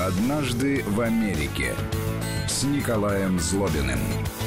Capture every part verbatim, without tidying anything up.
«Однажды в Америке» с Николаем Злобиным.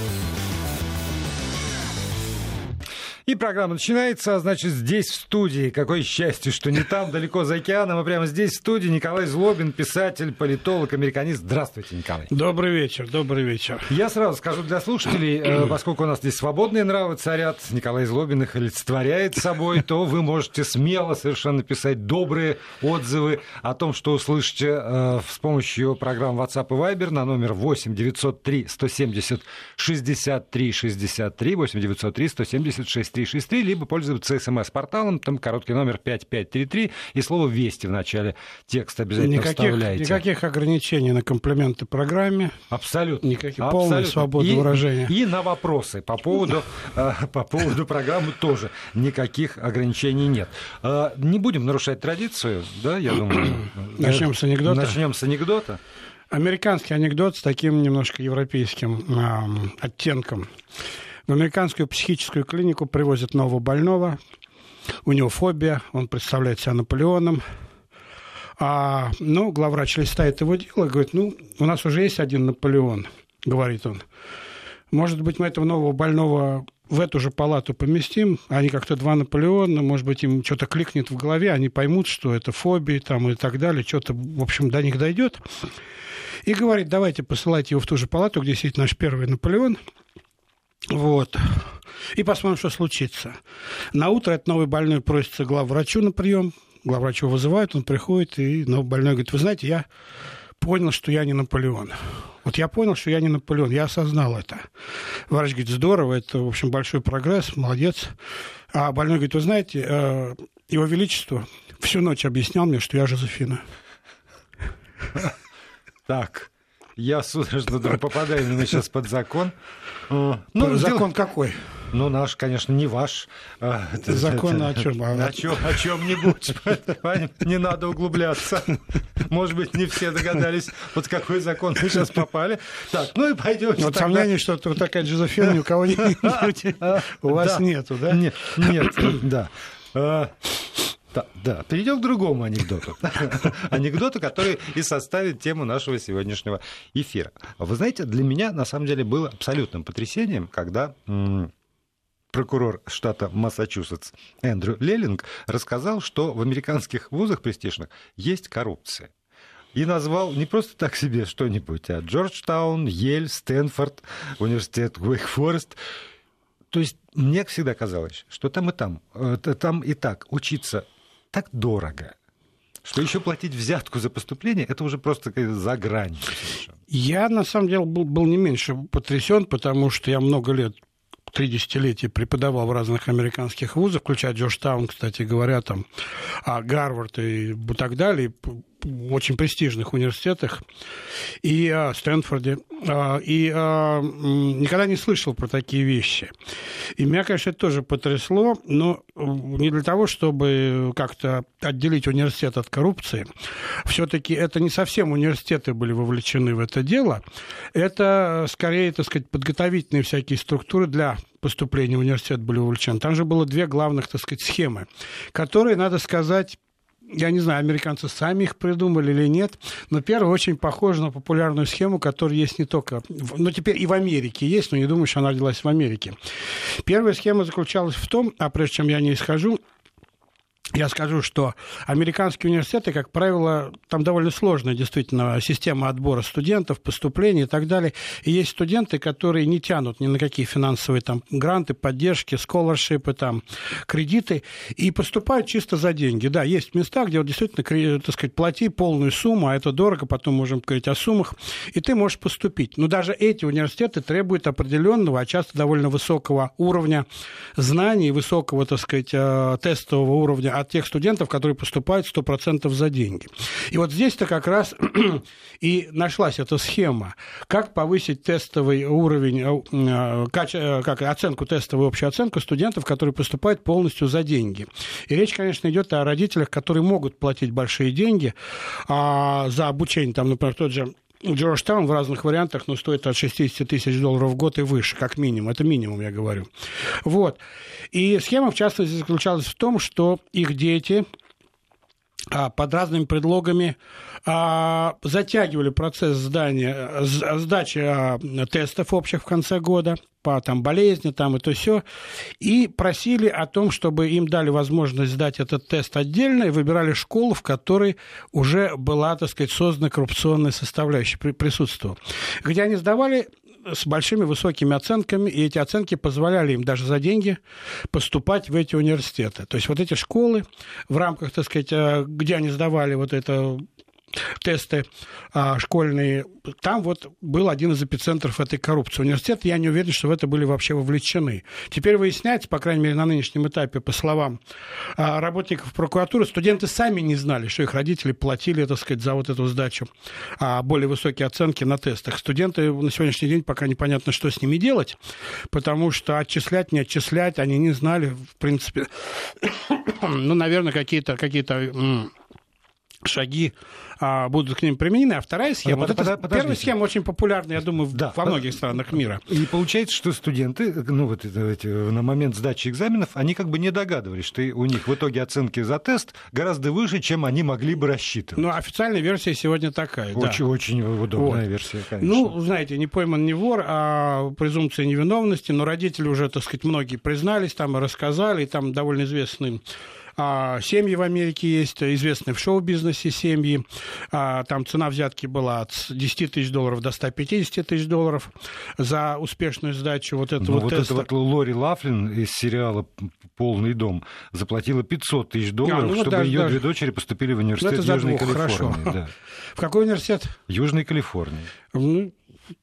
И программа начинается, а значит, здесь, в студии. Какое счастье, что не там, далеко за океаном, а прямо здесь, в студии. Николай Злобин, писатель, политолог, американист. Здравствуйте, Николай. Добрый вечер, добрый вечер. Я сразу скажу для слушателей, поскольку у нас здесь свободные нравы царят, Николай Злобин их олицетворяет собой, то вы можете смело совершенно писать добрые отзывы о том, что услышите с помощью программ WhatsApp и Viber на номер восемь девятьсот три сто семьдесят шестьдесят три шестьдесят три, восемь девятьсот три сто семьдесят шестьдесят три шестьдесят три, либо пользоваться смс-порталом, там короткий номер пять пять три три, и слово «Вести» в начале текста обязательно никаких, вставляйте. Никаких ограничений на комплименты программе. Абсолютно. Никаких, полной свободы выражения. И на вопросы по поводу, по поводу программы тоже никаких ограничений нет. Не будем нарушать традицию, да, я думаю. Начнем с анекдота. Начнем с анекдота. Американский анекдот с таким немножко европейским э, оттенком. В американскую психическую клинику привозят нового больного. У него фобия, он представляет себя Наполеоном. А, ну, главврач листает его дело и говорит, ну, у нас уже есть один Наполеон, говорит он. Может быть, мы этого нового больного в эту же палату поместим, они как-то два Наполеона, может быть, им что-то кликнет в голове, они поймут, что это фобия там, и так далее, что-то, в общем, до них дойдет. И говорит, давайте посылайте его в ту же палату, где сидит наш первый Наполеон. Вот. И посмотрим, что случится. На утро этот новый больной просится к главврачу на прием. Главврач его вызывает, он приходит, и новый больной говорит, вы знаете, я понял, что я не Наполеон. Вот я понял, что я не Наполеон, я осознал это. Врач говорит, здорово, это, в общем, большой прогресс, молодец. А больной говорит, вы знаете, Его Величество всю ночь объяснял мне, что я Жозефина. Так, я судорожно попадаю именно сейчас под закон. Ну, закон дел... какой? Ну, наш, конечно, не ваш. Закон это, о чем? О чем, о чем-нибудь. Не надо углубляться. Может быть, не все догадались, вот какой закон мы сейчас попали. Так, ну и пойдем. Вот сомнений, что вот такая Жозефина ни у кого нет. У вас нету, да? Нет, да. Да, да, перейдем к другому анекдоту. Анекдоту, который и составит тему нашего сегодняшнего эфира. Вы знаете, для меня, на самом деле, было абсолютным потрясением, когда м- прокурор штата Массачусетс Эндрю Леллинг рассказал, что в американских вузах престижных есть коррупция. И назвал не просто так себе что-нибудь, а Джорджтаун, Йель, Стэнфорд, университет Уэйк-Форест. То есть мне всегда казалось, что там и там, там и так учиться так дорого, что еще платить взятку за поступление, это уже просто за гранью. Я, на самом деле, был, был не меньше потрясен, потому что я много лет, три десятилетия преподавал в разных американских вузах, включая Джорджтаун, кстати говоря, там, а Гарвард и так далее, в очень престижных университетах, и а, Стэнфорде, а, и а, никогда не слышал про такие вещи. И меня, конечно, это тоже потрясло, но не для того, чтобы как-то отделить университет от коррупции. Все-таки это не совсем университеты были вовлечены в это дело, это, скорее, так сказать, подготовительные всякие структуры для поступления в университет были вовлечены. Там же было две главных, так сказать, схемы, которые, надо сказать, я не знаю, американцы сами их придумали или нет, но первая очень похожа на популярную схему, которая есть не только... Ну, теперь и в Америке есть, но не думаю, что она родилась в Америке. Первая схема заключалась в том, а прежде чем я не исхожу, я скажу, что американские университеты, как правило, там довольно сложная действительно система отбора студентов, поступления и так далее. И есть студенты, которые не тянут ни на какие финансовые там гранты, поддержки, сколоршипы, там, кредиты, и поступают чисто за деньги. Да, есть места, где вот действительно, так сказать, плати полную сумму, а это дорого, потом можем говорить о суммах, и ты можешь поступить. Но даже эти университеты требуют определенного, а часто довольно высокого уровня знаний, высокого, так сказать, тестового уровня от тех студентов, которые поступают сто процентов за деньги. И вот здесь-то как раз и нашлась эта схема, как повысить тестовый уровень, как оценку, тестовую общую оценку студентов, которые поступают полностью за деньги. И речь, конечно, идет о родителях, которые могут платить большие деньги а за обучение, там, например, тот же Джорджтаун в разных вариантах, но стоит от шестьдесят тысяч долларов в год и выше, как минимум. Это минимум, я говорю. Вот. И схема, в частности, заключалась в том, что их дети под разными предлогами а, затягивали процесс сдания, сдачи а, тестов общих в конце года по там, болезни там, и то сё, и просили о том, чтобы им дали возможность сдать этот тест отдельно, и выбирали школу, в которой уже была, так сказать, создана коррупционная составляющая, присутствовала, где они сдавали с большими высокими оценками, и эти оценки позволяли им даже за деньги поступать в эти университеты. То есть вот эти школы в рамках, так сказать, где они сдавали вот это тесты а, школьные, там вот был один из эпицентров этой коррупции. Университеты, я не уверен, что в это были вообще вовлечены. Теперь выясняется, по крайней мере, на нынешнем этапе, по словам а, работников прокуратуры, студенты сами не знали, что их родители платили, так сказать, за вот эту сдачу а, более высокие оценки на тестах. Студенты на сегодняшний день пока непонятно, что с ними делать, потому что отчислять, не отчислять, они не знали, в принципе, ну, наверное, какие-то какие-то шаги а, будут к ним применены. А вторая схема, вот эта первая схема очень популярна, я думаю, да, во многих странах мира. И получается, что студенты, ну, вот эти, на момент сдачи экзаменов, они как бы не догадывались, что у них в итоге оценки за тест гораздо выше, чем они могли бы рассчитывать. Ну, официальная версия сегодня такая, очень, да. Очень удобная вот. версия, конечно. Ну, знаете, не пойман, не вор, а презумпция невиновности, но родители уже, так сказать, многие признались, там и рассказали, и там довольно известный А, семьи в Америке есть, известные в шоу-бизнесе семьи. А, там цена взятки была от десяти тысяч долларов до ста пятидесяти тысяч долларов за успешную сдачу вот этого вот теста. Вот эта вот Лори Лафлин из сериала «Полный дом» заплатила пятьсот тысяч долларов, а, ну, чтобы даже, ее даже... две дочери поступили в университет ну, Южной двух, Калифорнии. Да. В какой университет? Южной Калифорнии. Ну,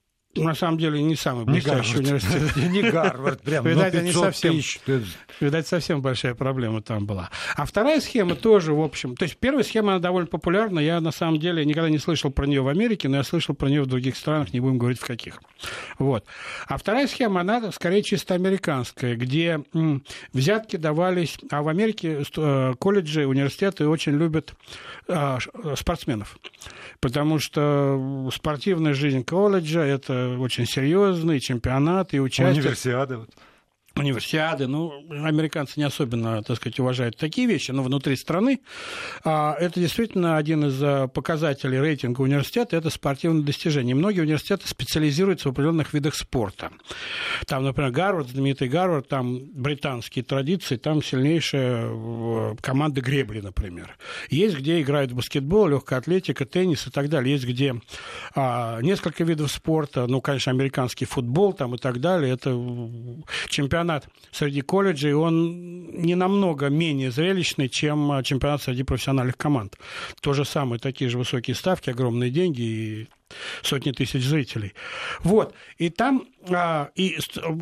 на самом деле не самый блестящий университет. Не Гарвард, прям, видать, они совсем, видать, совсем большая проблема там была. А вторая схема тоже, в общем... То есть первая схема, она довольно популярна. Я, на самом деле, никогда не слышал про нее в Америке, но я слышал про нее в других странах, не будем говорить в каких. Вот. А вторая схема, она скорее чисто американская, где м, взятки давались... А в Америке колледжи, университеты очень любят а, спортсменов. Потому что спортивная жизнь колледжа — это очень серьезный чемпионат и участие. Универсиады. Универсиады, ну, американцы не особенно, так сказать, уважают такие вещи, но внутри страны а, это действительно один из показателей рейтинга университета, это спортивные достижения. Многие университеты специализируются в определенных видах спорта. Там, например, Гарвард, знаменитый Гарвард, там британские традиции, там сильнейшая команда гребли, например. Есть, где играют в баскетбол, легкая атлетика, теннис и так далее. Есть, где а, несколько видов спорта, ну, конечно, американский футбол там и так далее. Это чемпионат среди колледжей, он не намного менее зрелищный, чем чемпионат среди профессиональных команд. То же самое, такие же высокие ставки, огромные деньги и сотни тысяч зрителей. Вот. И там а, и,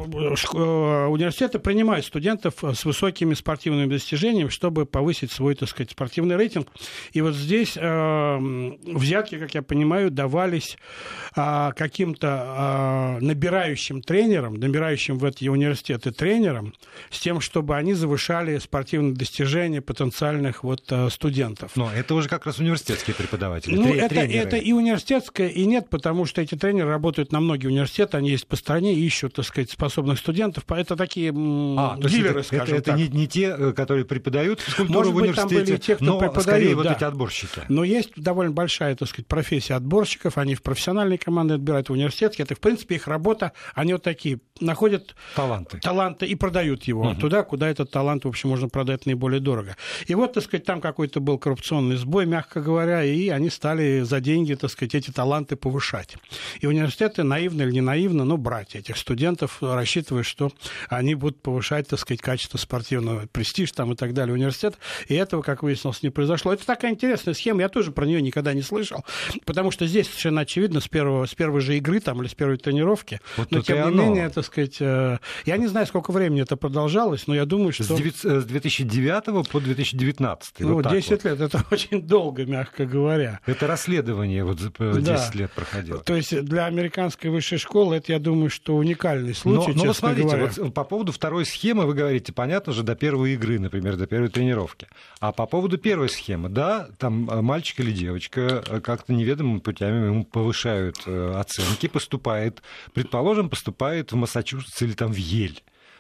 а, университеты принимают студентов с высокими спортивными достижениями, чтобы повысить свой, так сказать, спортивный рейтинг. И вот здесь а, взятки, как я понимаю, давались а, каким-то а, набирающим тренерам, набирающим в эти университеты тренерам, с тем, чтобы они завышали спортивные достижения потенциальных вот, а, студентов. Но это уже как раз университетские преподаватели, ну, тренеры. Это, это и университетское, и нет, потому что эти тренеры работают на многие университеты, они есть по стране, ищут, так сказать, способных студентов. Это такие а, дилеры, это, скажем это, так. Это не, не те, которые преподают физкультуру Может в университете, быть, там были те, кто но преподают, скорее да. вот эти отборщики. Но есть довольно большая, так сказать, профессия отборщиков, они в профессиональные команды отбирают, в университетские. Это, в принципе, их работа, они вот такие, находят таланты, таланты и продают его угу. туда, куда этот талант, в общем, можно продать наиболее дорого. И вот, так сказать, там какой-то был коррупционный сбой, мягко говоря, и они стали за деньги, так сказать, эти таланты повышать. И университеты, наивно или не наивно, но брать этих студентов, рассчитывая, что они будут повышать, так сказать, качество спортивного, престиж там и так далее университета. И этого, как выяснилось, не произошло. Это такая интересная схема, я тоже про нее никогда не слышал, потому что здесь совершенно очевидно с, первого, с первой же игры там, или с первой тренировки, вот но тем не оно. менее, так сказать, я не знаю, сколько времени это продолжалось, но я думаю, что... С две тысячи девятого по две тысячи девятнадцатый. Ну, вот десять лет, это очень долго, мягко говоря. Это расследование вот десять да. лет проходило. То есть для американской высшей школы это, я думаю, что уникальный случай, но, но честно смотрите, говоря. Вот по поводу второй схемы вы говорите, понятно же, до первой игры, например, до первой тренировки. А по поводу первой схемы, да, там мальчик или девочка как-то неведомыми путями ему повышают оценки, поступает, предположим, поступает в Массачусетс или там в Йель.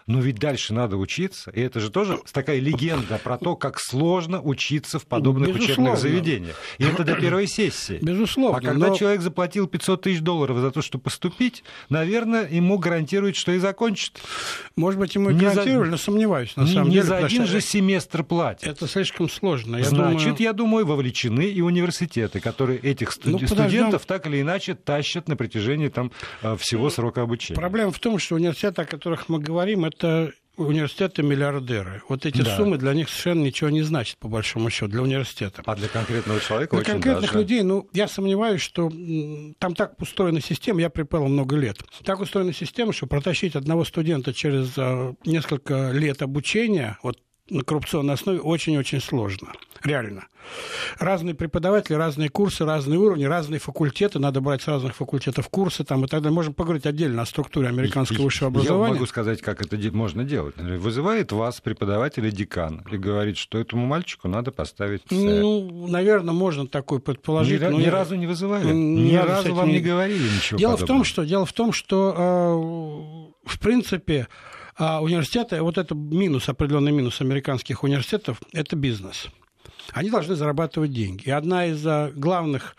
Но ведь дальше надо учиться, и это же тоже такая легенда про то, как сложно учиться в подобных Безусловно. учебных заведениях. И это до первой сессии. Безусловно. А когда но... человек заплатил пятьсот тысяч долларов за то, чтобы поступить, наверное, ему гарантируют, что и закончит. Может быть, ему и Не гарантировали, за... но сомневаюсь, на не, самом не деле. за один что же семестр платят. Это слишком сложно. Я Значит, думаю... я думаю, вовлечены и университеты, которые этих студ... Ну, студентов так или иначе тащат на протяжении там, всего срока обучения. Проблема в том, что университеты, о которых мы говорим, это университеты-миллиардеры. Вот эти да. суммы для них совершенно ничего не значат, по большому счету, для университета. А для конкретного человека для очень конкретных даже. людей, ну, я сомневаюсь, что там так устроена система, я преподавал много лет, так устроена система, что протащить одного студента через а, несколько лет обучения, вот на коррупционной основе, очень-очень сложно. Реально. Разные преподаватели, разные курсы, разные уровни, разные факультеты. Надо брать с разных факультетов курсы там, и так далее. Можем поговорить отдельно о структуре американского высшего образования. Я могу сказать, как это можно делать. Вызывает вас преподаватель и декан и говорит, что этому мальчику надо поставить С. Ну, наверное, можно такое предположить. Ни, но ни я... разу не вызывали? Ни, ни разу, разу вам не... не говорили ничего дело подобного? В том, что, дело в том, что, э, в принципе, а университеты, вот это минус, определенный минус американских университетов, это бизнес. Они должны зарабатывать деньги. И одна из главных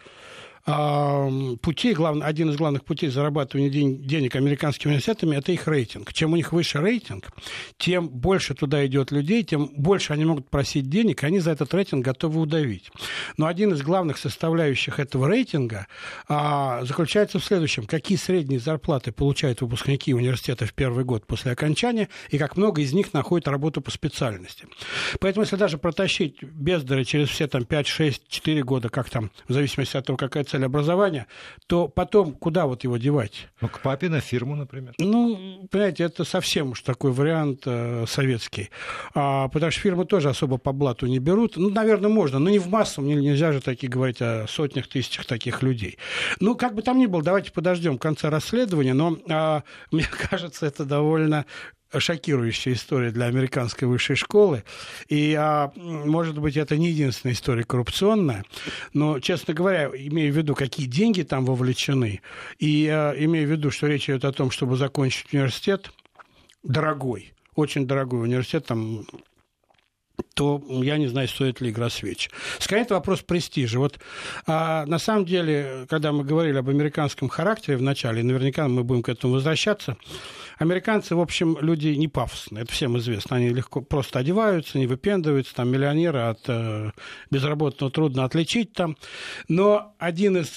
путей, глав, один из главных путей зарабатывания день, денег американскими университетами – это их рейтинг. Чем у них выше рейтинг, тем больше туда идет людей, тем больше они могут просить денег, и они за этот рейтинг готовы удавить. Но один из главных составляющих этого рейтинга а, заключается в следующем. Какие средние зарплаты получают выпускники университета в первый год после окончания, и как много из них находят работу по специальности. Поэтому, если даже протащить бездаря через все там, пять, шесть, четыре года, как там, в зависимости от того, какая цель образования, то потом куда вот его девать? Ну, к папе на фирму, например. Ну, понимаете, это совсем уж такой вариант э, советский. А, потому что фирмы тоже особо по блату не берут. Ну, наверное, можно, но не в массу. Нельзя же таки говорить о сотнях, тысячах таких людей. Ну, как бы там ни было, давайте подождем конца расследования, но а, мне кажется, это довольно шокирующая история для американской высшей школы. И, а, может быть, это не единственная история коррупционная, но, честно говоря, имея в виду, какие деньги там вовлечены, и а, имея в виду, что речь идет о том, чтобы закончить университет, дорогой, очень дорогой университет, там, то я не знаю, стоит ли игра свеч. Скорее, это вопрос престижа. Вот, а, на самом деле, когда мы говорили об американском характере в начале, наверняка мы будем к этому возвращаться, американцы, в общем, люди не пафосные, это всем известно. Они легко просто одеваются, не выпендриваются, там, миллионеры от э, безработного трудно отличить там. Но один из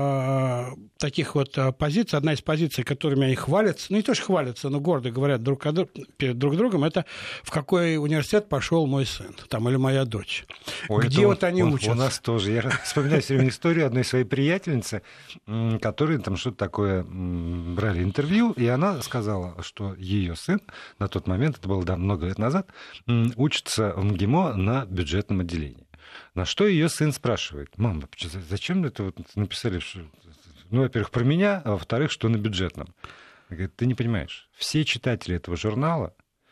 э, таких вот позиций, одна из позиций, которыми они хвалятся, ну, не то что хвалятся, но гордо говорят друг о друг, перед друг другом, это в какой университет пошел мой сын, там, или моя дочь. Ой, где вот он, они он, учатся. У нас тоже. Я вспоминаю все время историю одной своей приятельницы, которые там что-то такое брали интервью, и она сказала, что ее сын, на тот момент, это было да, много лет назад, учится в МГИМО на бюджетном отделении. На что ее сын спрашивает: мама, зачем это вот написали, что... ну, во-первых, про меня, а во-вторых, что на бюджетном? Она говорит: ты не понимаешь, все читатели этого журнала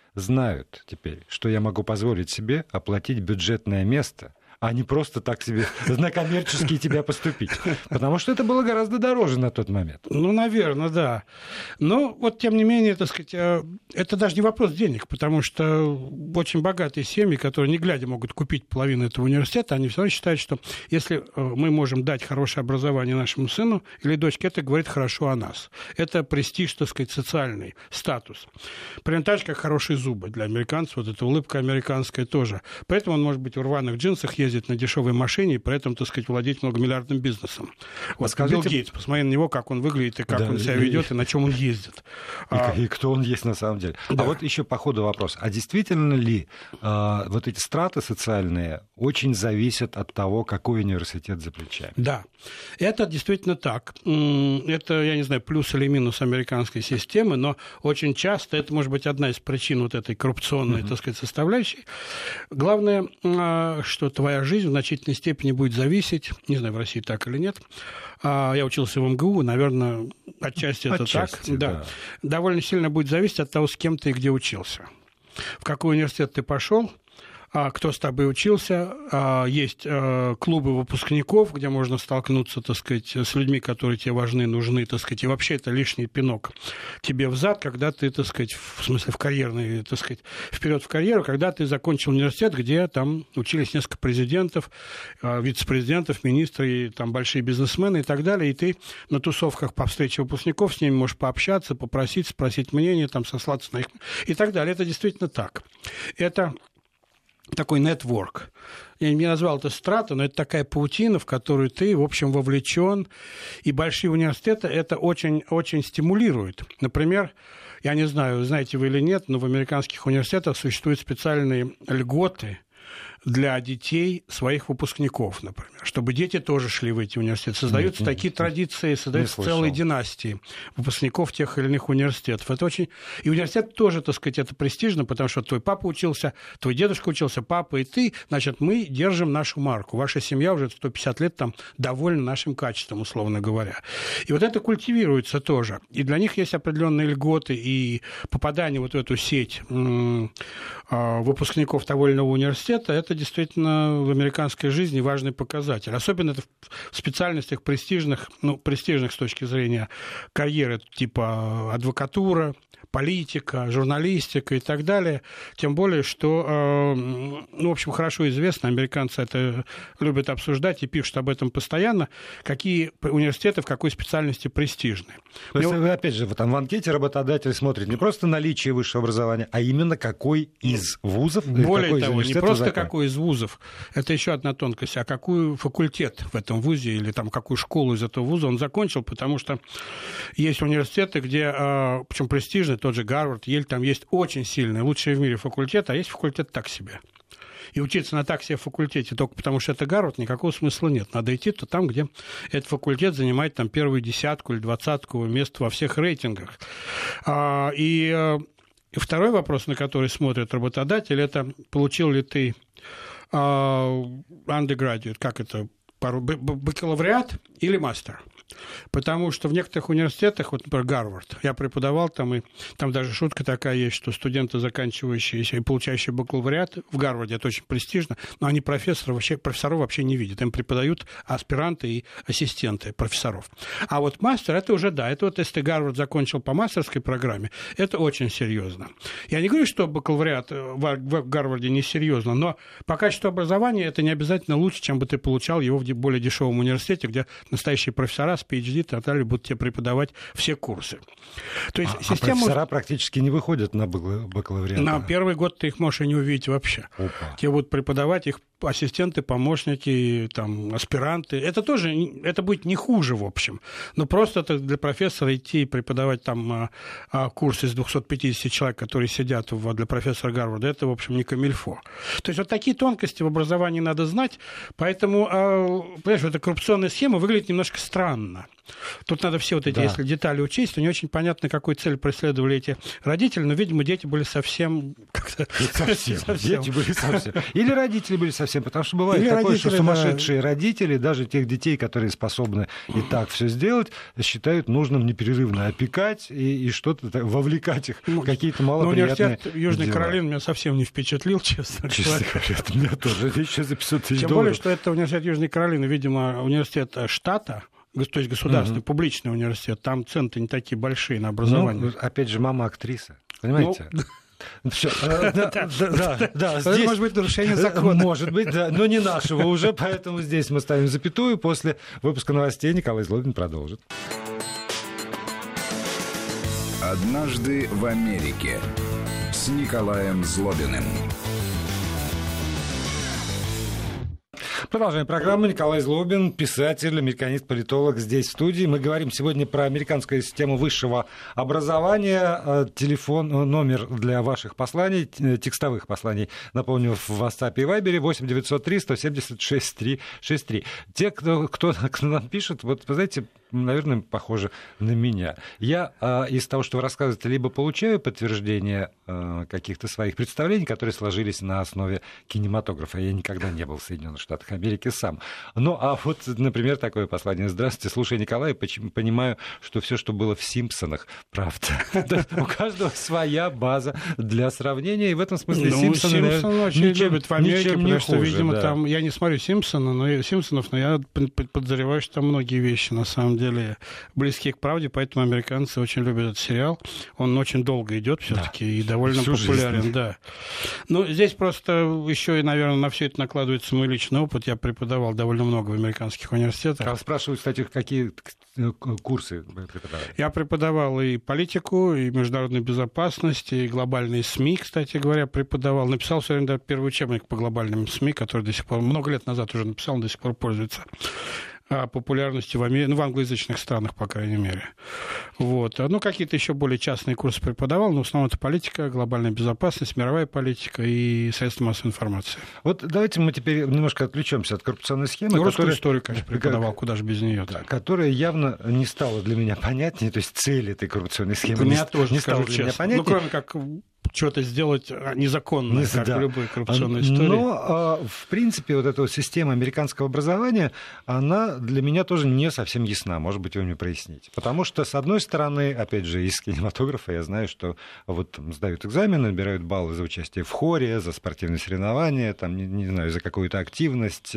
знают теперь, что я могу позволить себе оплатить бюджетное место, а не просто так себе на коммерческие тебя поступить. Потому что это было гораздо дороже на тот момент. Ну, наверное, да. Но вот, тем не менее, так сказать, это даже не вопрос денег, потому что очень богатые семьи, которые, не глядя, могут купить половину этого университета, они все равно считают, что если мы можем дать хорошее образование нашему сыну или дочке, это говорит хорошо о нас. Это престиж, так сказать, социальный статус. Примерно так же, как хорошие зубы для американцев, вот эта улыбка американская тоже. Поэтому он может быть в рваных джинсах, ездить на дешевой машине и при этом, так сказать, владеть многомиллиардным бизнесом. Вот скажите... Билл Гейтс, посмотри на него, как он выглядит и как да, он себя и... ведет, и на чем он ездит. И, а... и кто он есть на самом деле. Да. А вот еще по ходу вопрос. А действительно ли а, вот эти страты социальные очень зависят от того, какой университет за плечами? Да, это действительно так. Это, я не знаю, плюс или минус американской системы, но очень часто это может быть одна из причин вот этой коррупционной, uh-huh. так сказать, составляющей. Главное, что твоя жизнь в значительной степени будет зависеть, не знаю, в России так или нет. Я учился в МГУ, наверное, отчасти это отчасти, так. Да. Да. Довольно сильно будет зависеть от того, с кем ты и где учился. В какой университет ты пошел, кто с тобой учился, есть клубы выпускников, где можно столкнуться, так сказать, с людьми, которые тебе важны, нужны, так сказать, и вообще это лишний пинок тебе в зад, когда ты, так сказать, в смысле в карьерный, так сказать, вперед в карьеру, когда ты закончил университет, где там учились несколько президентов, вице-президентов, министры, там большие бизнесмены и так далее, и ты на тусовках по встрече выпускников с ними можешь пообщаться, попросить, спросить мнение, там, сослаться на их и так далее. Это действительно так. Это такой нетворк. Я не назвал это страта, но это такая паутина, в которую ты, в общем, вовлечен. И большие университеты это очень-очень стимулирует. Например, я не знаю, знаете вы или нет, но в американских университетах существуют специальные льготы для детей своих выпускников, например, чтобы дети тоже шли в эти университеты. Создаются нет, такие нет, целые, создаются целые династии выпускников тех или иных университетов. Это очень... И университет тоже, так сказать, это престижно, потому что твой папа учился, твой дедушка учился, папа и ты, значит, мы держим нашу марку. Ваша семья уже сто пятьдесят лет там довольна нашим качеством, условно говоря. И вот это культивируется тоже. И для них есть определенные льготы, и попадание вот в эту сеть выпускников того или иного университета, это действительно в американской жизни важный показатель. Особенно это в специальностях престижных, ну, престижных с точки зрения карьеры, типа адвокатура, политика, журналистика и так далее. Тем более, что, ну, в общем, хорошо известно, американцы это любят обсуждать и пишут об этом постоянно, какие университеты в какой специальности престижны. То есть, Мне... опять же, там в анкете работодатель смотрит не просто наличие высшего образования, а именно какой из вузов. Более того, не просто какой из вузов, это еще одна тонкость, а какой факультет в этом вузе или там какую школу из этого вуза он закончил, потому что есть университеты, где, причем престижные, тот же Гарвард, Ель, там есть очень сильный, лучший в мире факультет, а есть факультет так себе. И учиться на так себе факультете только потому, что это Гарвард, никакого смысла нет. Надо идти то там, где этот факультет занимает там первую десятку или двадцатку мест во всех рейтингах. И второй вопрос, на который смотрит работодатель, это получил ли ты undergraduate, как это, бакалавриат или мастер. Потому что в некоторых университетах, вот, например, Гарвард, я преподавал там, и там даже шутка такая есть, что студенты, заканчивающие и получающие бакалавриат в Гарварде, это очень престижно, но они профессоров вообще, профессоров вообще не видят. Им преподают аспиранты и ассистенты профессоров. А вот мастер, это уже, да, это вот если ты Гарвард закончил по мастерской программе, это очень серьезно. Я не говорю, что бакалавриат в Гарварде несерьезно, но по качеству образования это не обязательно лучше, чем бы ты получал его в более дешевом университете, где настоящие профессора с пи эйч ди и так далее будут тебе преподавать все курсы. То есть а, система... а профессора практически не выходят на бакалавриат? На первый год ты их можешь и не увидеть вообще. Опа. Тебе будут преподавать их ассистенты, помощники, там, аспиранты. Это тоже, это будет не хуже, в общем. Но просто это для профессора идти и преподавать там а, а, курс из двухсот пятидесяти человек, которые сидят в, для профессора Гарварда, это, в общем, не камильфо. То есть вот такие тонкости в образовании надо знать, поэтому, а, понимаешь, эта коррупционная схема выглядит немножко странно. Тут надо все вот эти, да. если детали учесть, то не очень понятно, какую цель преследовали эти родители, но, видимо, дети были совсем... Совсем. совсем. Дети были совсем. Или родители были совсем, потому что бывает Или такое, что сумасшедшие да. родители, даже тех детей, которые способны и так все сделать, считают нужным непрерывно опекать и, и что-то вовлекать их в какие-то малоприятные университет Южной дела. Каролины меня совсем не впечатлил, честно, честно говоря. Меня тоже. Еще за пятьсот тысяч Тем долларов. более, что это университет Южной Каролины, видимо, университет штата, то есть государственный, угу. публичный университет, там цены не такие большие на образование. Ну, опять же, мама актриса, понимаете? Ну, Все. Да, да, да, да. Здесь... Это может быть нарушение закона. Может быть, да, но не нашего уже, поэтому здесь мы ставим запятую. После выпуска новостей Николай Злобин продолжит. «Однажды в Америке» с Николаем Злобиным. Продолжаем программу. Николай Злобин, писатель, американист, политолог здесь в студии. Мы говорим сегодня про американскую систему высшего образования. Телефон, номер для ваших посланий, текстовых посланий, напомню, в WhatsApp и Viber восемь девятьсот три сто семьдесят шесть триста шестьдесят три. Те, кто, кто, кто нам пишет, вот, вы знаете, наверное, похоже на меня. Я а, из того, что вы рассказываете, либо получаю подтверждение а, каких-то своих представлений, которые сложились на основе кинематографа. Я никогда не был в Соединенных Штатах Америки сам. Ну, а вот, например, такое послание. Здравствуйте, слушай, Николай, понимаю, что все, что было в «Симпсонах», правда. У каждого своя база для сравнения, и в этом смысле «Симпсоны», Симпсоны очень любят в Америке, потому что, видимо, там... Я не смотрю «Симпсоны», но «Симпсонов», но я подозреваю, что там многие вещи, на самом деле, близки к правде, поэтому американцы очень любят этот сериал. Он очень долго идет все-таки, да, и довольно Всю популярен. Жизнь. Да. Ну, здесь просто еще и, наверное, на все это накладывается мой личный опыт. Я преподавал довольно много в американских университетах. А спрашивают, кстати, какие курсы преподавали? Я преподавал и политику, и международную безопасность, и глобальные СМИ, кстати говоря, преподавал. Написал все время, да, первый учебник по глобальным СМИ, который до сих пор, много лет назад уже написал, он до сих пор пользуется популярностью в, Амер... ну, в англоязычных странах, по крайней мере. Вот. Ну, какие-то еще более частные курсы преподавал, но в основном это политика, глобальная безопасность, мировая политика и средства массовой информации. Вот давайте мы теперь немножко отвлечемся от коррупционной схемы. Ну, русскую которая... историю, конечно, преподавал, как... куда же без нее. Да, которая явно не стала для меня понятнее, то есть цель этой коррупционной схемы для не, меня тоже, не стала для меня понятнее. Ну, кроме как... что-то сделать незаконное, не, как да. в любой коррупционной истории. Но, в принципе, вот эта вот система американского образования, она для меня тоже не совсем ясна. Может быть, вы мне проясните. Потому что, с одной стороны, опять же, из кинематографа я знаю, что вот там сдают экзамены, набирают баллы за участие в хоре, за спортивные соревнования, там, не, не знаю, за какую-то активность,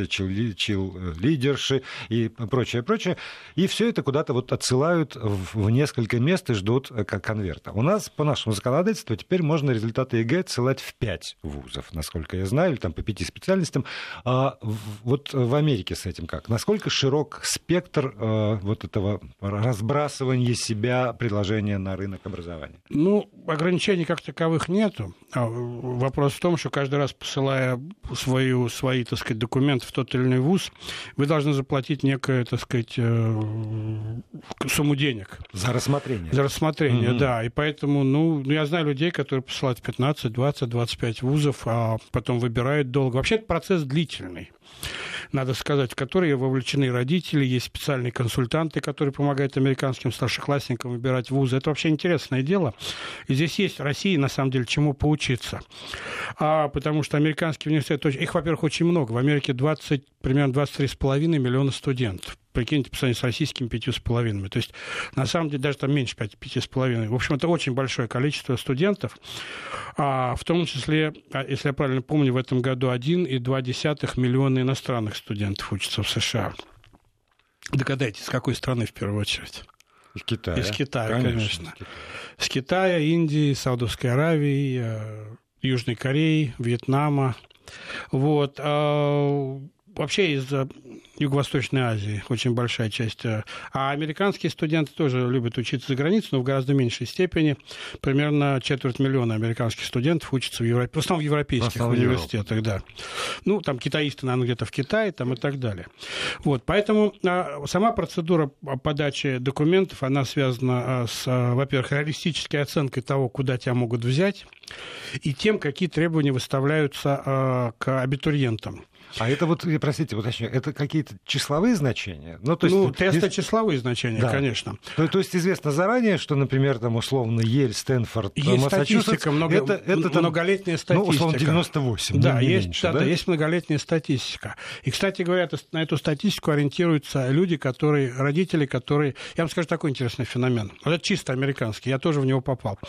чил-лидерши и прочее, прочее. И все это куда-то вот отсылают в, в несколько мест и ждут как конверта. У нас, по нашему законодательству, теперь можно Можно результаты ЕГЭ ссылать в пять вузов, насколько я знаю, или там по пяти специальностям. А вот в Америке с этим как? Насколько широк спектр а, вот этого разбрасывания себя предложения на рынок образования? Ну, ограничений как таковых нету. Вопрос в том, что каждый раз, посылая свою, свои, так сказать, документы в тот или иной вуз, вы должны заплатить некую, так сказать, сумму денег. За рассмотрение. За рассмотрение, mm-hmm. да. И поэтому, ну, я знаю людей, которые посылают пятнадцать, двадцать, двадцать пять вузов, а потом выбирают долго. Вообще, это процесс длительный, надо сказать, в который вовлечены родители, есть специальные консультанты, которые помогают американским старшеклассникам выбирать вузы. Это вообще интересное дело. И здесь есть России, на самом деле, чему поучиться. А, потому что американские университеты, их, во-первых, очень много. В Америке двадцать, примерно двадцать три с половиной миллиона студентов. Прикиньте, по сравнению с российскими пятью с половиной. То есть, на самом деле, даже там меньше пяти с половиной. В общем, это очень большое количество студентов. А, в том числе, если я правильно помню, в этом году один и два десятых миллиона иностранных студентов учатся в США. Догадайтесь, с какой страны в первую очередь? Из Китая. Из Китая, конечно. конечно. Из Китая. С Китая, Индии, Саудовской Аравии, Южной Кореи, Вьетнама. Вот. Вообще из Юго-Восточной Азии очень большая часть. А американские студенты тоже любят учиться за границей, но в гораздо меньшей степени. Примерно четверть миллиона американских студентов учатся в, Европе, в основном в европейских в основном университетах. Да. Ну, там китаисты, наверное, где-то в Китае там, и так далее. Вот, поэтому сама процедура подачи документов, она связана с, во-первых, реалистической оценкой того, куда тебя могут взять, и тем, какие требования выставляются к абитуриентам. А это вот, простите, уточню, это какие-то числовые значения? Ну, то есть, ну тесты здесь... числовые значения, да. конечно. То, то есть известно заранее, что, например, там, условно, Ель, Стэнфорд, есть статистика, много... это, это там, многолетняя статистика. Ну, условно, девяносто восемь, да, не есть, меньше, да, да? да, есть многолетняя статистика. И, кстати говоря, на эту статистику ориентируются люди, которые, родители, которые... Я вам скажу такой интересный феномен. Вот это чисто американский, я тоже в него попал.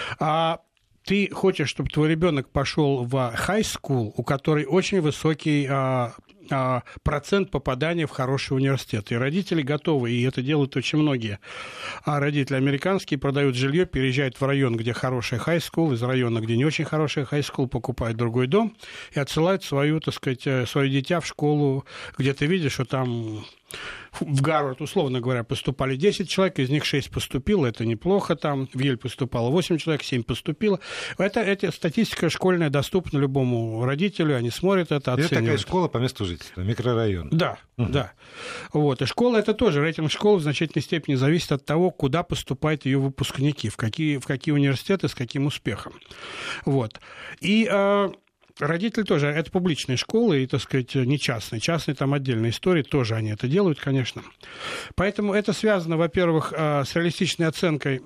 А ты хочешь, чтобы твой ребенок пошел в high school, у которой очень высокий а, а, процент попадания в хороший университет. И родители готовы, и это делают очень многие. А родители американские продают жилье, переезжают в район, где хорошая high school, из района, где не очень хорошая high school, покупают другой дом и отсылают свою, так сказать, свое дитя в школу, где ты видишь, что там... В Гарвард, условно говоря, поступали десять человек, из них шесть поступило, это неплохо там. В Ель поступало восемь человек, семь поступило. Это, эта статистика школьная доступна любому родителю, они смотрят это, оценивают. Это такая школа по месту жительства, микрорайон. Да, угу. да. Вот. И школа это тоже, рейтинг школы в значительной степени зависит от того, куда поступают ее выпускники, в какие, в какие университеты, с каким успехом. Вот. И... родители тоже, это публичные школы, и, так сказать, не частные. Частные там отдельная история, тоже они это делают, конечно. Поэтому это связано, во-первых, с реалистичной оценкой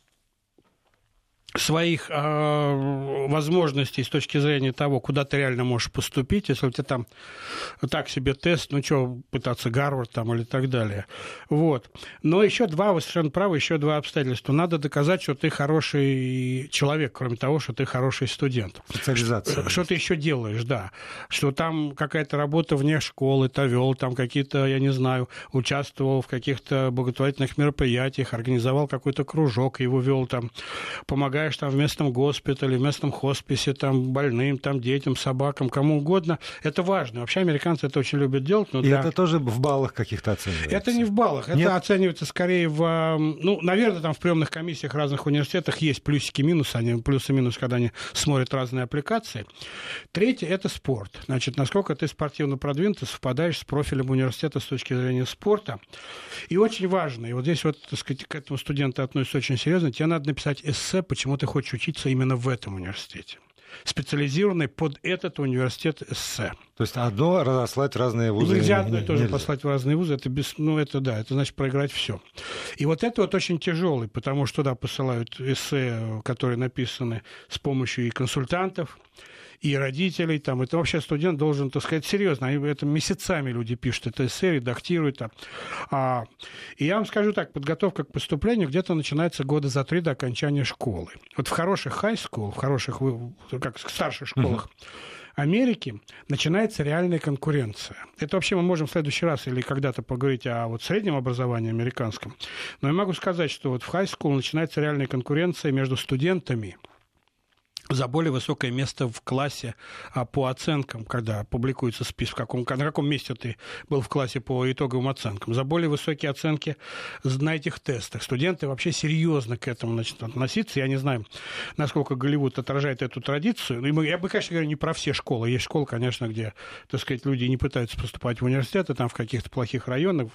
своих э, возможностей с точки зрения того, куда ты реально можешь поступить, если у тебя там так себе тест, ну что, пытаться Гарвард там или так далее. Вот. Но еще два, вы совершенно правы, еще два обстоятельства. Надо доказать, что ты хороший человек, кроме того, что ты хороший студент. Специализация. Что ты еще делаешь, да. Что там какая-то работа вне школы, ты вел там какие-то, я не знаю, участвовал в каких-то благотворительных мероприятиях, организовал какой-то кружок, его вел там, помогаешь там в местном госпитале, в местном хосписе, там больным, там детям, собакам, кому угодно. Это важно. Вообще американцы это очень любят делать. Но И для... это тоже в баллах каких-то оценивается? Это не в баллах. Нет? Это оценивается скорее в... Ну, наверное, там в приемных комиссиях разных университетах есть плюсики и минусы. Они плюсы и минусы, когда они смотрят разные аппликации. Третье – это спорт. Значит, насколько ты спортивно продвинут, ты совпадаешь с профилем университета с точки зрения спорта. И очень важно, и вот здесь вот, так сказать, к этому студенты относятся очень серьезно, тебе надо написать эссе, почему ты хочешь учиться именно в этом университете. Специализированный под этот университет эссе. То есть одно разослать в разные вузы? Нельзя одно не, и тоже нельзя. послать в разные вузы. Это без, ну, это да, это значит проиграть все. И вот это вот очень тяжелый, потому что туда посылают эссе, которые написаны с помощью и консультантов, и родителей. Там. Это вообще студент должен, так сказать, серьезно. Это месяцами люди пишут это эссе, редактируют. А, и я вам скажу так, подготовка к поступлению где-то начинается года за три до окончания школы. Вот в хороших high school, в хороших, как в старших школах, Америки начинается реальная конкуренция. Это вообще мы можем в следующий раз или когда-то поговорить о вот среднем образовании американском. Но я могу сказать, что вот в high school начинается реальная конкуренция между студентами за более высокое место в классе а, по оценкам, когда публикуется список, в каком, на каком месте ты был в классе по итоговым оценкам, за более высокие оценки на этих тестах. Студенты вообще серьезно к этому начнут относиться. Я не знаю, насколько Голливуд отражает эту традицию. Я бы, конечно, говорю не про все школы. Есть школы, конечно, где, так сказать, люди не пытаются поступать в университеты, там в каких-то плохих районах,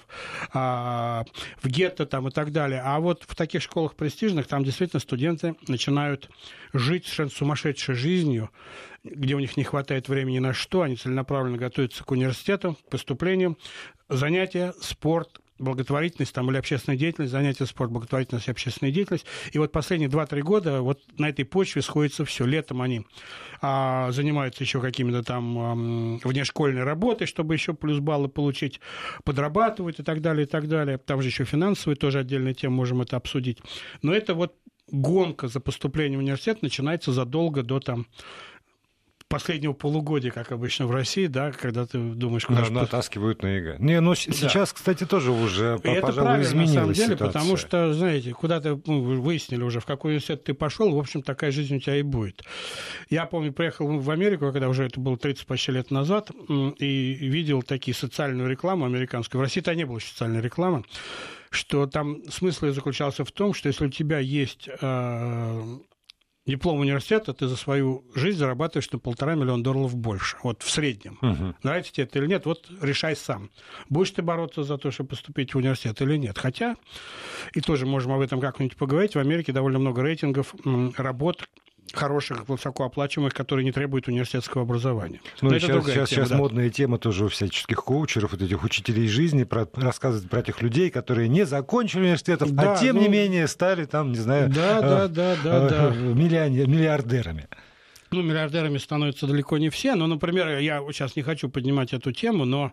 а, в гетто там и так далее. А вот в таких школах престижных, там действительно студенты начинают жить совершенно сумасшедшей жизнью, где у них не хватает времени на что, они целенаправленно готовятся к университету, к поступлению, занятия, спорт, благотворительность там, или общественная деятельность, занятия, спорт, благотворительность и общественная деятельность. И вот последние два-три года вот на этой почве сходится все. Летом они а, занимаются еще какими-то там а, внешкольной работой, чтобы еще плюс баллы получить, подрабатывают и так далее, и так далее. Там же еще финансовые, тоже отдельная тема, можем это обсудить. Но это вот гонка за поступление в университет начинается задолго до там последнего полугодия, как обычно в России, да, когда ты думаешь, куда да, же... натаскивают на ЕГЭ. Не, ну сейчас, да. Кстати, тоже уже, и пожалуй, это правильно, изменилась на самом деле, ситуация. потому что, знаете, куда ты, ну, вы выяснили уже, в какой университет ты пошел, в общем, такая жизнь у тебя и будет. Я помню, приехал в Америку, когда уже это было тридцать почти лет назад, и видел такие социальную рекламу американскую. В России-то не было социальной рекламы, что там смысл заключался в том, что если у тебя есть э, диплом университета, ты за свою жизнь зарабатываешь на полтора миллиона долларов больше. Вот в среднем. Uh-huh. Нравится тебе это или нет, вот решай сам. Будешь ты бороться за то, чтобы поступить в университет или нет. Хотя, и тоже можем об этом как-нибудь поговорить, в Америке довольно много рейтингов работ, хороших, высокооплачиваемых, которые не требуют университетского образования. Ну, сейчас, сейчас, тема, сейчас да. модная тема тоже у всяческих коучеров, вот этих учителей жизни, про, рассказывать про этих людей, которые не закончили университетов, да, а тем ну, не менее стали там, не знаю, да, да, да, да, да. миллиардерами. Ну, миллиардерами становятся далеко не все, но, например, я сейчас не хочу поднимать эту тему, но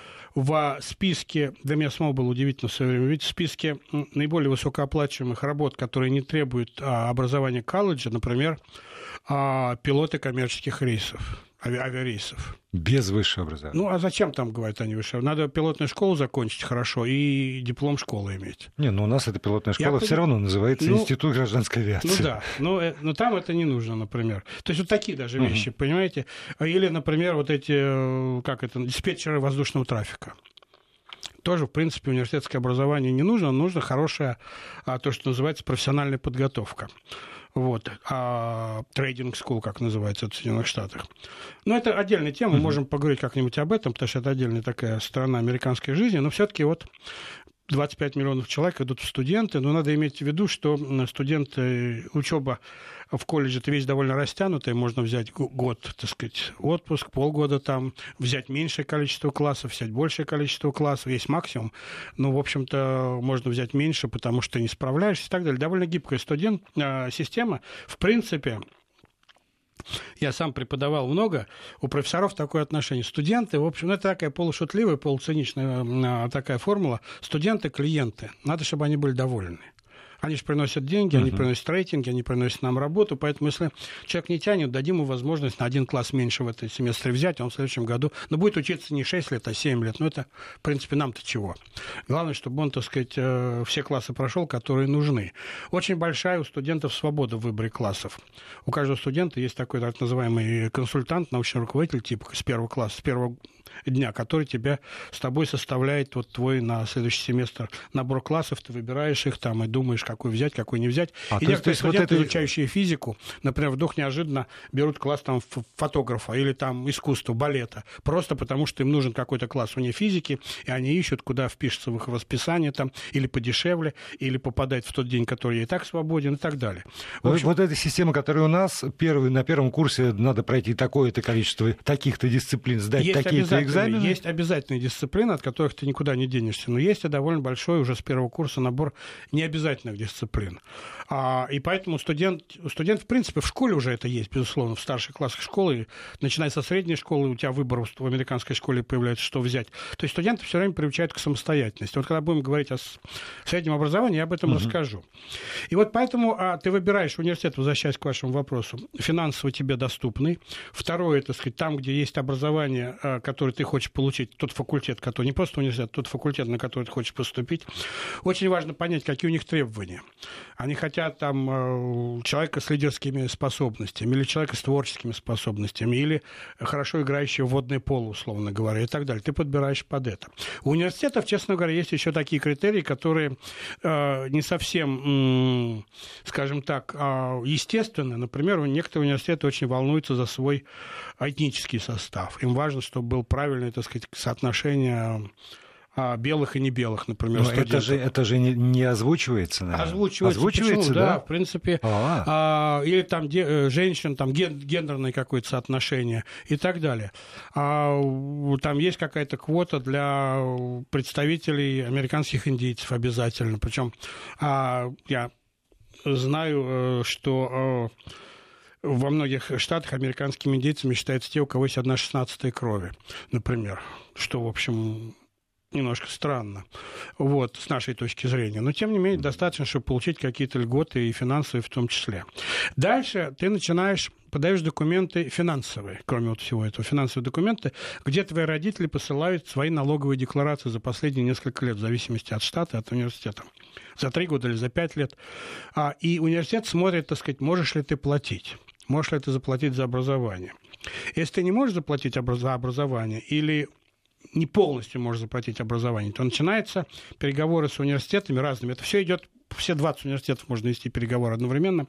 в списке, для меня самого было удивительно в свое время, ведь в списке наиболее высокооплачиваемых работ, которые не требуют а, образования колледжа, например, а, пилоты коммерческих рейсов, ави- авиарейсов. Без высшего образования. Ну, а зачем там, говорят они, высшее? Надо пилотную школу закончить хорошо и диплом школы иметь. Не, ну у нас эта пилотная школа Я все под... равно называется ну, Институт гражданской авиации. Ну да, но, но там это не нужно, например. То есть вот такие даже вещи, uh-huh. понимаете? Или, например, вот эти, как это, диспетчеры воздушного трафика. Тоже, в принципе, университетское образование не нужно, нужно хорошая, то, что называется, профессиональная подготовка. Вот. А трейдинг school, как называется, в Соединенных Штатах. Но это отдельная тема, mm-hmm. можем поговорить как-нибудь об этом, потому что это отдельная такая сторона американской жизни, но все-таки вот двадцать пять миллионов человек идут в студенты, но надо иметь в виду, что студенты, учеба в колледже — это вещь довольно растянутая, можно взять год, так сказать, отпуск, полгода там, взять меньшее количество классов, взять большее количество классов, есть максимум, но, в общем-то, можно взять меньше, потому что ты не справляешься и так далее. Довольно гибкая студент, э, система, в принципе. Я сам преподавал много, у профессоров такое отношение. Студенты, в общем, ну, это такая полушутливая, полуциничная такая формула. Студенты — клиенты. Надо, чтобы они были довольны. Они же приносят деньги, uh-huh. они приносят рейтинги, они приносят нам работу. Поэтому, если человек не тянет, дадим ему возможность на один класс меньше в этом семестре взять, он в следующем году, но будет учиться не шесть лет, а семь лет. Ну, это, в принципе, нам-то чего. Главное, чтобы он, так сказать, все классы прошел, которые нужны. Очень большая у студентов свобода в выборе классов. У каждого студента есть такой так называемый консультант, научный руководитель, типа с первого класса, с первого дня, который тебя, с тобой составляет вот твой на следующий семестр набор классов, ты выбираешь их там и думаешь, какой взять, какой не взять. А, и некоторые студенты, вот это... изучающие физику, например, вдруг неожиданно берут класс там фотографа или там искусства, балета, просто потому что им нужен какой-то класс вне физики, и они ищут, куда впишется в их расписание там, или подешевле, или попадать в тот день, который и так свободен, и так далее. В общем... Вот эта система, которая у нас, первый, на первом курсе надо пройти такое-то количество таких-то дисциплин, сдать такие-то экзамены. Есть обязательные дисциплины, от которых ты никуда не денешься, но есть и довольно большой уже с первого курса набор необязательных дисциплин. А, и поэтому студент, студент, в принципе, в школе уже это есть, безусловно, в старших классах школы, начиная со средней школы, у тебя выбор в американской школе появляется, что взять. То есть студенты все время приучают к самостоятельности. Вот когда будем говорить о среднем образовании, я об этом uh-huh. расскажу. И вот поэтому а, ты выбираешь университет, возвращаясь к вашему вопросу, финансово тебе доступный. Второе, так сказать, там, где есть образование, а, которое ты хочешь получить, тот факультет, который не просто университет, тот факультет, на который ты хочешь поступить. Очень важно понять, какие у них требования. Они хотят там человека с лидерскими способностями, или человека с творческими способностями, или хорошо играющего в водное поло, условно говоря, и так далее. Ты подбираешь под это. У университетов, честно говоря, есть еще такие критерии, которые э, не совсем, э, скажем так, э, естественны. Например, некоторые университеты очень волнуются за свой этнический состав. Им важно, чтобы был правильное, так сказать, соотношение белых и не белых, например, но это же, это же не, не озвучивается, наверное. Озвучивается. Озвучивается, да? да, в принципе. А, или там де, женщин, там ген, гендерное какое-то соотношение и так далее. А, там есть какая-то квота для представителей американских индейцев обязательно. Причем а, я знаю, что во многих штатах американскими индейцами считаются те, у кого есть одна шестнадцатая крови, например, что, в общем, немножко странно, вот, с нашей точки зрения. Но, тем не менее, достаточно, чтобы получить какие-то льготы и финансовые в том числе. Дальше ты начинаешь, подаешь документы финансовые, кроме вот всего этого, финансовые документы, где твои родители посылают свои налоговые декларации за последние несколько лет, в зависимости от штата, от университета. За три года или за пять лет. И университет смотрит, так сказать, можешь ли ты платить. Можешь ли ты заплатить за образование? Если ты не можешь заплатить за образование или не полностью можешь заплатить образование, то начинаются переговоры с университетами разными. Это все идет, все двадцать университетов можно вести переговоры одновременно,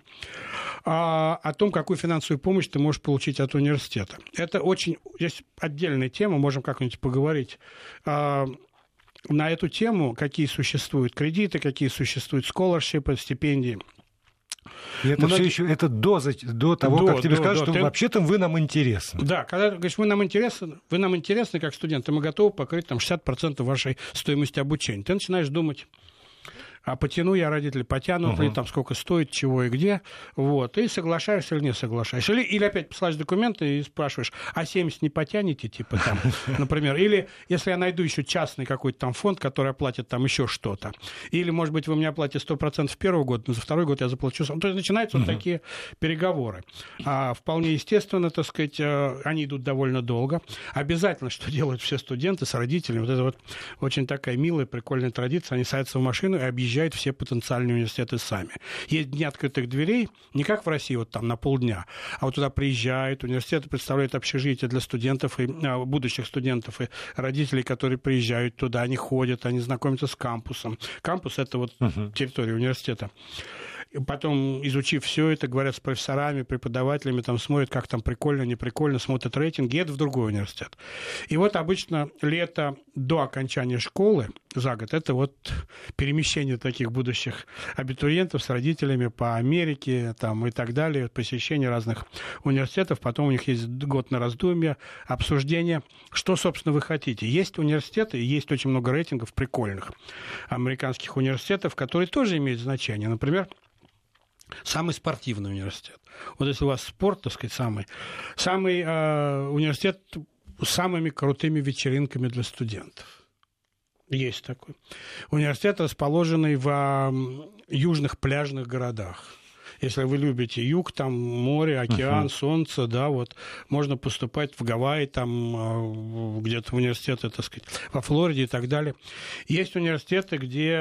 а, о том, какую финансовую помощь ты можешь получить от университета. Это очень... Есть отдельная тема, можем как-нибудь поговорить а, на эту тему, какие существуют кредиты, какие существуют сколоршипы, стипендии. И это Многие... все еще это до, до того, до, как тебе до, скажут, до. что ты... вообще-то вы нам интересны. Да, когда ты говоришь, вы нам интересны, вы нам интересны как студенты, мы готовы покрыть там, шестьдесят процентов вашей стоимости обучения. Ты начинаешь думать, а потяну я, родители потянут ли, uh-huh. там сколько стоит, чего и где, вот, и соглашаешься или не соглашаешься. Или, или опять посылаешь документы и спрашиваешь, а семьдесят не потянете, типа там, например, или если я найду еще частный какой-то там фонд, который оплатит там еще что-то, или, может быть, вы мне оплатите сто процентов первого года, но за второй год я заплачу. То есть начинаются uh-huh. вот такие переговоры. А, вполне естественно, так сказать, они идут довольно долго. Обязательно, что делают все студенты с родителями, вот это вот очень такая милая, прикольная традиция, они садятся в машину и объезжают все потенциальные университеты сами. Есть дни открытых дверей, не как в России, вот там на полдня, а вот туда приезжают, университеты представляют общежитие для студентов и а, будущих студентов и родителей, которые приезжают туда, они ходят, они знакомятся с кампусом. Кампус — это вот uh-huh. территория университета. И потом, изучив все это, говорят с профессорами, преподавателями, там смотрят, как там прикольно, не прикольно, смотрят рейтинги, едут в другой университет. И вот обычно лето до окончания школы за год, это вот перемещение таких будущих абитуриентов с родителями по Америке там, и так далее, посещение разных университетов, потом у них есть год на раздумье, обсуждение, что, собственно, вы хотите. Есть университеты, есть очень много рейтингов прикольных американских университетов, которые тоже имеют значение. Например, самый спортивный университет. Вот если у вас спорт, так сказать, самый, самый э, университет с самыми крутыми вечеринками для студентов. Есть такой. Университет, расположенный в э, южных пляжных городах. Если вы любите юг, там море, океан, uh-huh. солнце, да, вот, можно поступать в Гавайи, там где-то в университеты, так сказать, во Флориде и так далее. Есть университеты, где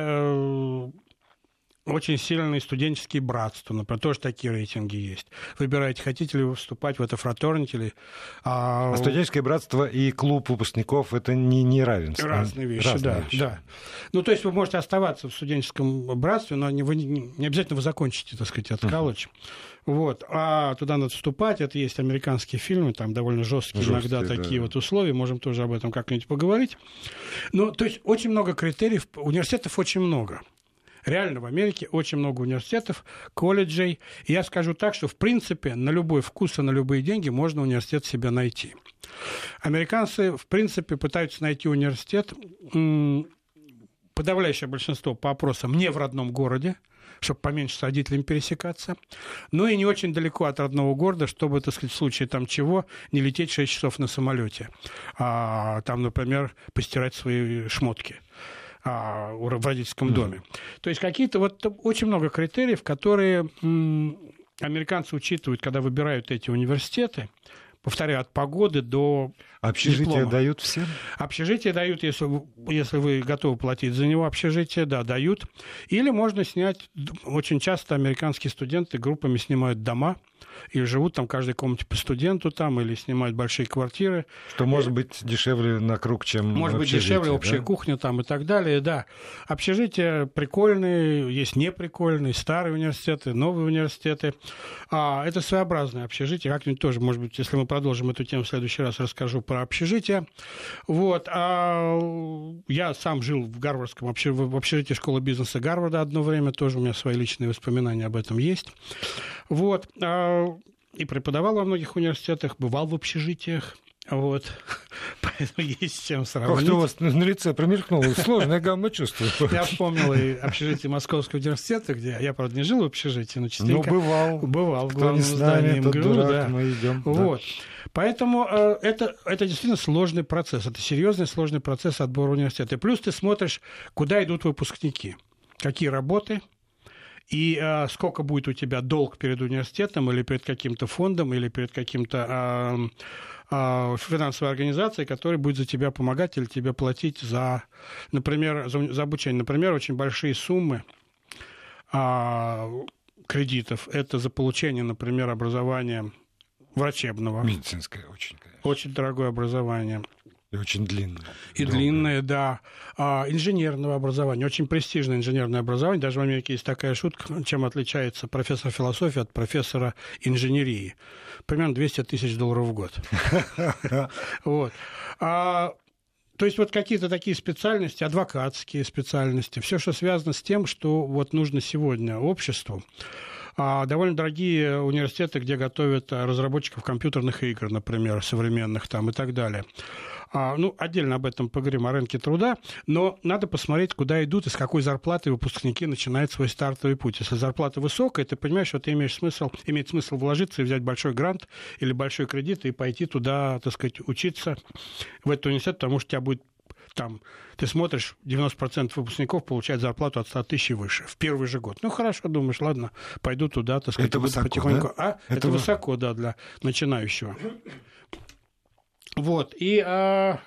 очень сильные студенческие братства, например, тоже такие рейтинги есть. Выбираете, хотите ли вы вступать в это фратернити или... А... а студенческое братство и клуб выпускников — это не, не равенство. Разные вещи, Разные да, вещи. да. Ну, то есть вы можете оставаться в студенческом братстве, но не, вы, не обязательно вы закончите, так сказать, этот колледж. Вот. А туда надо вступать, это есть американские фильмы, там довольно жесткие, жесткие иногда такие да. вот условия, можем тоже об этом как-нибудь поговорить. Ну, то есть очень много критериев, университетов очень много. Реально, в Америке очень много университетов, колледжей. И я скажу так, что, в принципе, на любой вкус и на любые деньги можно университет себе найти. Американцы, в принципе, пытаются найти университет, подавляющее большинство по опросам не в родном городе, чтобы поменьше с родителями пересекаться, но и не очень далеко от родного города, чтобы, так сказать, в случае там чего, не лететь шесть часов на самолете, а там, например, постирать свои шмотки в родительском доме. Mm. То есть какие-то вот очень много критериев, которые м, американцы учитывают, когда выбирают эти университеты. Повторяю, от погоды до общежитие диплома. Дают всем? Общежитие дают, если, если вы готовы платить за него, общежитие, да, дают. Или можно снять, очень часто американские студенты группами снимают дома, или живут там в каждой комнате по студенту там, или снимают большие квартиры. Что может быть дешевле на круг, чем Может быть дешевле, общая да? кухня там и так далее, да. Общежития прикольные, есть неприкольные, старые университеты, новые университеты. А, это своеобразное общежитие. Как-нибудь тоже, может быть, если мы продолжим эту тему в следующий раз, расскажу про общежитие. Вот. А я сам жил в Гарвардском общежитии, в общежитии школы бизнеса Гарварда одно время, тоже у меня свои личные воспоминания об этом есть. Вот. И преподавал во многих университетах, бывал в общежитиях. Вот. Поэтому есть с чем сравнить. Как-то у вас на лице промелькнула сложная гамма чувств. Я вспомнил и общежитие Московского университета, где я, правда, не жил в общежитии, но частенько... Ну, бывал. Бывал в Кто главном не с нами, здании тот МГУ. дурак, Да. мы идем. Вот. Да. Поэтому э, это, это действительно сложный процесс. Это серьезный сложный процесс отбора университета. И плюс ты смотришь, куда идут выпускники, какие работы, и э, сколько будет у тебя долг перед университетом или перед каким-то фондом, или перед каким-то э, э, финансовой организацией, которая будет за тебя помогать или тебе платить за, например, за, за обучение. Например, очень большие суммы э, кредитов. Это за получение, например, образования врачебного. Медицинское очень, конечно. Очень дорогое образование. И очень длинное. И долгое. Длинное, да. А, инженерного образования. Очень престижное инженерное образование. Даже в Америке есть такая шутка, чем отличается профессор философии от профессора инженерии. Примерно двести тысяч долларов в год. Вот. То есть вот какие-то такие специальности, адвокатские специальности, все, что связано с тем, что вот нужно сегодня обществу. Довольно дорогие университеты, где готовят разработчиков компьютерных игр, например, современных там и так далее. Ну, отдельно об этом поговорим, о рынке труда, но надо посмотреть, куда идут и с какой зарплаты выпускники начинают свой стартовый путь. Если зарплата высокая, ты понимаешь, что ты имеешь смысл, имеет смысл вложиться и взять большой грант или большой кредит и пойти туда, так сказать, учиться в этот университет, потому что у тебя будет там, ты смотришь, девяносто процентов выпускников получают зарплату от ста тысяч и выше в первый же год. Ну, хорошо, думаешь, ладно, пойду туда, так сказать, это высоко, потихоньку. Да? А? Это, это высоко, да, для начинающего. Вот, и... А,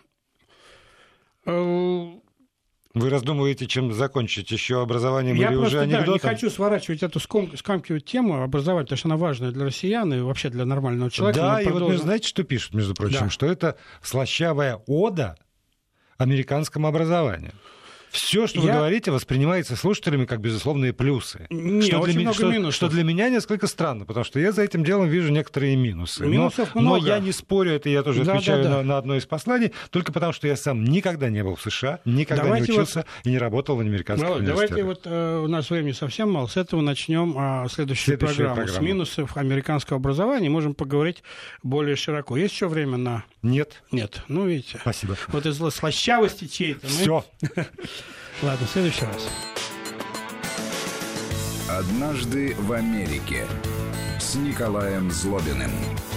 а, Вы раздумываете, чем закончить? Еще образованием я или просто, уже анекдотом? Да, не хочу сворачивать эту ском, скамкивать тему образования, потому что она важная для россиян и вообще для нормального человека. Да, Мы и продолжим... вот знаете, что пишут, между прочим? Да. Что это слащавая ода американскому образованию. Все, что вы Я... говорите, воспринимается слушателями как безусловные плюсы. Не, что, очень для много что, минусов. что для меня несколько странно, потому что я за этим делом вижу некоторые минусы. Минусов но, много. но я не спорю, это я тоже да, отвечаю да, да. На, на одно из посланий, только потому что я сам никогда не был в США, никогда давайте не учился вот... и не работал в американских Володь, университетах. давайте вот э, у нас времени совсем мало. С этого начнем а, следующую Следующая программу. программа. С минусов американского образования можем поговорить более широко. Есть еще время на... Нет. Нет. Ну, видите. Спасибо. Вот из слащавости чьей-то. Все. Ладно, в следующий раз. «Однажды в Америке» с Николаем Злобиным.